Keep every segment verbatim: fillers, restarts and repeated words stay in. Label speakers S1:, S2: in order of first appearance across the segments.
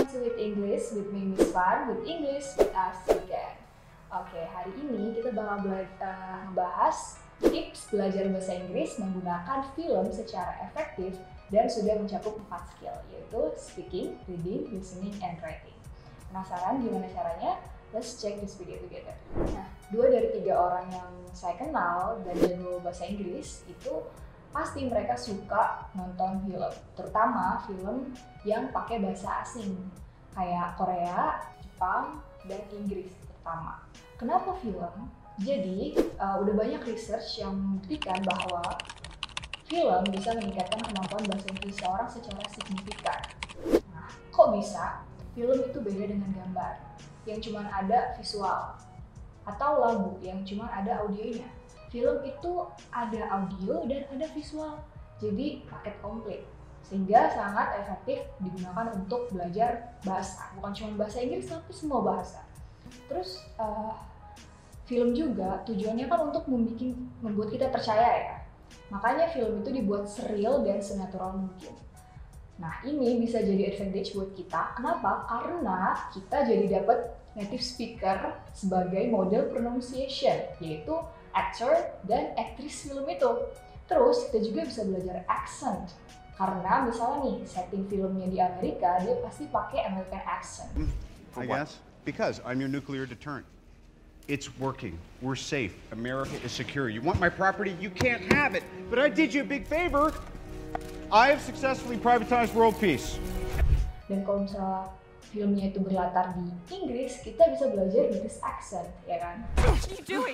S1: to With English with me Miss Fun, with English with us again. Oke, hari ini kita bakal bela- uh, membahas tips belajar bahasa Inggris menggunakan film secara efektif dan sudah mencakup empat skill, yaitu speaking, reading, listening, and writing. Penasaran gimana caranya? Let's check this video together. Nah, dua dari tiga orang yang saya kenal dan jago bahasa Inggris itu pasti mereka suka nonton film, terutama film yang pakai bahasa asing kayak Korea, Jepang, dan Inggris terutama. Kenapa film? Jadi uh, udah banyak research yang membuktikan bahwa film bisa meningkatkan kemampuan bahasa Inggris seorang secara signifikan. Nah, kok bisa? Film itu beda dengan gambar yang cuma ada visual atau lagu yang cuma ada audionya. Film itu ada audio dan ada visual, jadi paket komplit, sehingga sangat efektif digunakan untuk belajar bahasa, bukan cuma bahasa Inggris tapi semua bahasa. Terus uh, film juga tujuannya kan untuk membuat, membuat kita percaya ya, makanya film itu dibuat seril dan senatural mungkin. Nah, ini bisa jadi advantage buat kita. Kenapa? Karena kita jadi dapat native speaker sebagai model pronunciation, yaitu actor dan aktris film itu. Terus kita juga bisa belajar accent. Karena misalnya nih, setting filmnya di Amerika, dia pasti pakai American accent.
S2: I guess. Because I'm your nuclear deterrent. It's working. We're safe. America is secure. You want my property? You can't have it. But I did you a big favor. I have successfully privatized world peace.
S1: Dan kalau misalnya filmnya itu berlatar di Inggris, kita bisa belajar British accent, ya kan?
S3: What are you doing?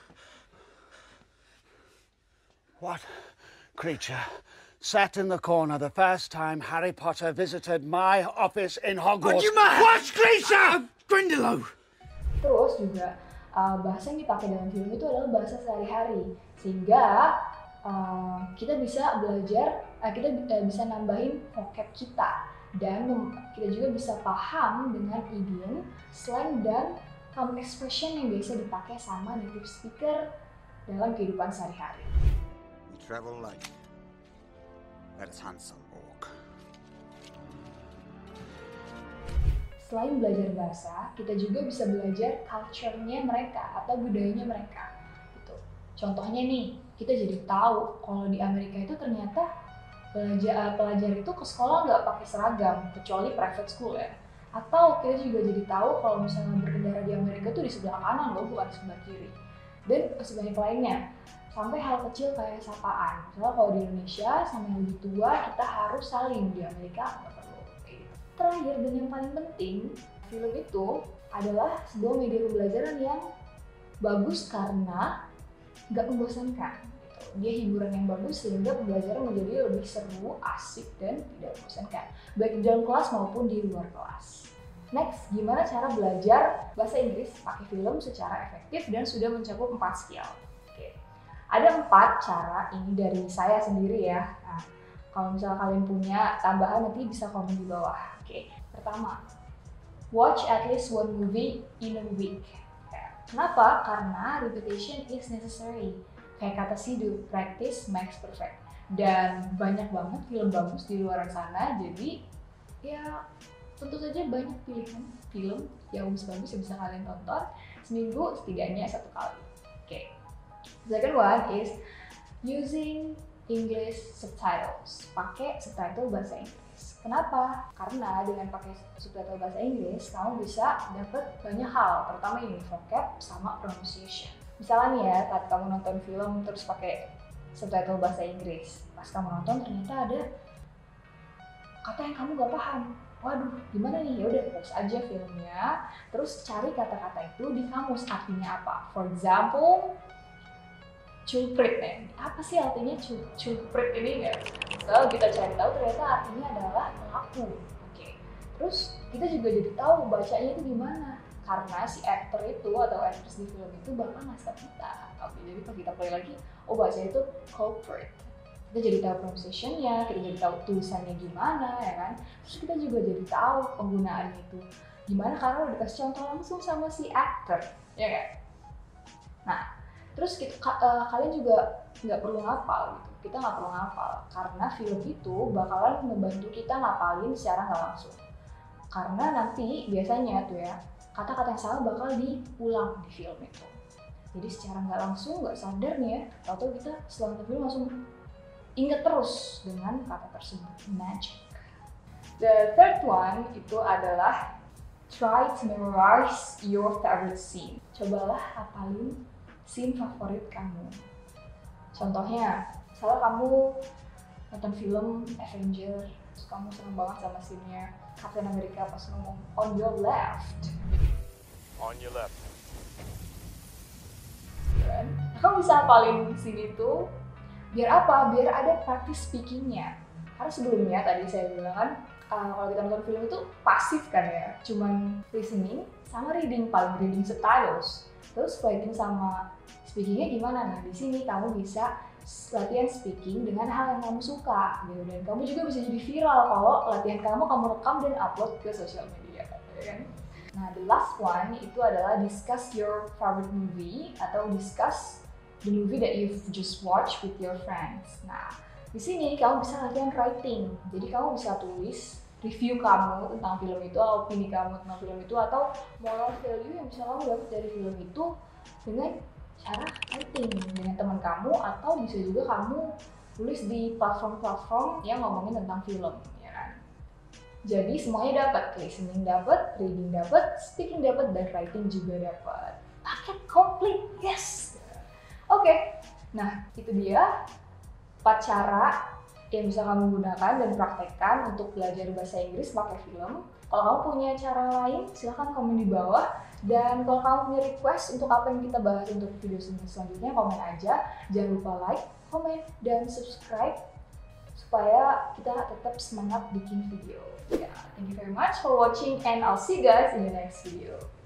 S4: What creature sat in the corner the first time Harry Potter visited my office in Hogwarts?
S3: Are you mad?
S4: What creature?
S3: Uh, Grindylow!
S1: Terus juga uh, bahasa yang dipakai dalam film itu adalah bahasa sehari-hari, sehingga uh, kita bisa belajar, uh, kita uh, bisa nambahin vocab kita, dan kita juga bisa paham dengan idiom, slang, dan common expression yang biasa dipakai sama native speaker dalam kehidupan sehari-hari.
S5: Travel light. Let us handsome walk.
S1: Selain belajar bahasa, kita juga bisa belajar culture-nya mereka atau budayanya mereka. Gitu. Contohnya nih, kita jadi tahu kalau di Amerika itu ternyata pelajar, pelajar itu ke sekolah nggak pakai seragam, kecuali private school ya. Atau kita juga jadi tahu kalau misalnya berkendara di Amerika itu di sebelah kanan loh, bukan di sebelah kiri. Dan masih banyak lainnya. Sampai hal kecil kayak sapaan. Misalnya kalau di Indonesia sama yang lebih tua kita harus saling, di Amerika nggak perlu. Terakhir dan yang paling penting, film itu adalah sebuah media pembelajaran yang bagus karena nggak membosankan. Gitu. Dia hiburan yang bagus sehingga pembelajaran menjadi lebih seru, asik, dan tidak membosankan. Baik di dalam kelas maupun di luar kelas. Next, gimana cara belajar bahasa Inggris pakai film secara efektif dan sudah mencakup empat skill? Ada empat cara ini dari saya sendiri ya. Nah, kalau misalnya kalian punya tambahan nanti bisa komen di bawah. Oke, pertama, watch at least one movie in a week. Kenapa? Karena repetition is necessary. Kayak kata Sidhu, practice makes perfect. Dan banyak banget film bagus di luar sana, jadi ya tentu saja banyak pilihan film yang bagus-bagus yang bisa kalian tonton seminggu setidaknya satu kali. Oke. Second one is using English subtitles. Pakai subtitle bahasa Inggris. Kenapa? Karena dengan pakai subtitle bahasa Inggris, kamu bisa dapat banyak hal, terutama ini vocab sama pronunciation. Misalnya nih ya, saat kamu nonton film terus pakai subtitle bahasa Inggris, pas kamu nonton ternyata ada kata yang kamu gak paham. Waduh, gimana nih? Ya udah pause aja filmnya, terus cari kata-kata itu di kamus artinya apa. For example, culprit nih, apa sih artinya culprit ini ya? So kita cari tahu ternyata artinya adalah pelaku. Oke, terus kita juga jadi tahu bacanya itu gimana, karena si aktor itu atau aktris di film itu bakal ngasih kita. Oke, jadi pas kita play lagi, oh bacanya itu culprit. Kita jadi tahu pronunciation-nya, kita jadi tahu tulisannya gimana ya kan. Terus kita juga jadi tahu penggunaannya itu gimana karena udah dikasih contoh langsung sama si aktor, ya kan? Nah. Terus kita, uh, kalian juga nggak perlu ngapal gitu, kita nggak perlu ngapal karena film itu bakalan membantu kita ngapalin secara nggak langsung. Karena nanti biasanya tuh ya, kata-kata yang salah bakal diulang di film itu. Jadi secara nggak langsung, nggak sadar nih ya, atau kita setelah nonton film langsung inget terus dengan kata tersebut. Magic. The third one itu adalah try to memorize your favorite scene. Cobalah hafalin scene favorit kamu. Contohnya, misalnya kamu nonton film Avenger, terus kamu seneng banget sama scene-nya Captain America pas ngomong on your left.
S6: On your left.
S1: Kan? Kamu bisa hafalin scene itu, biar apa? Biar ada practice speaking-nya. Karena sebelumnya tadi saya bilang kan, uh, kalau kita nonton film itu pasif kan ya, cuman listening sama reading, paling reading subtitles. Terus writing sama speakingnya gimana? Nah di sini kamu bisa latihan speaking dengan hal yang kamu suka, gitu. Dan kamu juga bisa jadi viral kalau latihan kamu kamu rekam dan upload ke sosial media, ya kan? Nah the last one itu adalah discuss your favorite movie atau discuss the movie that you've just watched with your friends. Nah di sini kamu bisa latihan writing, jadi kamu bisa tulis review kamu tentang film itu, opini kamu tentang film itu, atau moral value yang bisa kamu dapat dari film itu dengan cara writing dengan teman kamu, atau bisa juga kamu tulis di platform-platform yang ngomongin tentang film, ya kan? Jadi semuanya dapat, listening dapat, reading dapat, speaking dapat, dan writing juga dapat. Paket komplit, yes. Oke, okay. Nah itu dia empat cara yang bisa kamu gunakan dan praktekkan untuk belajar bahasa Inggris pakai film. Kalau kamu punya cara lain, silahkan komen di bawah. Dan kalau kamu punya request untuk apa yang kita bahas untuk video selanjutnya, komen aja. Jangan lupa like, comment, dan subscribe supaya kita tetap semangat bikin video. Yeah, thank you very much for watching and I'll see you guys in the next video.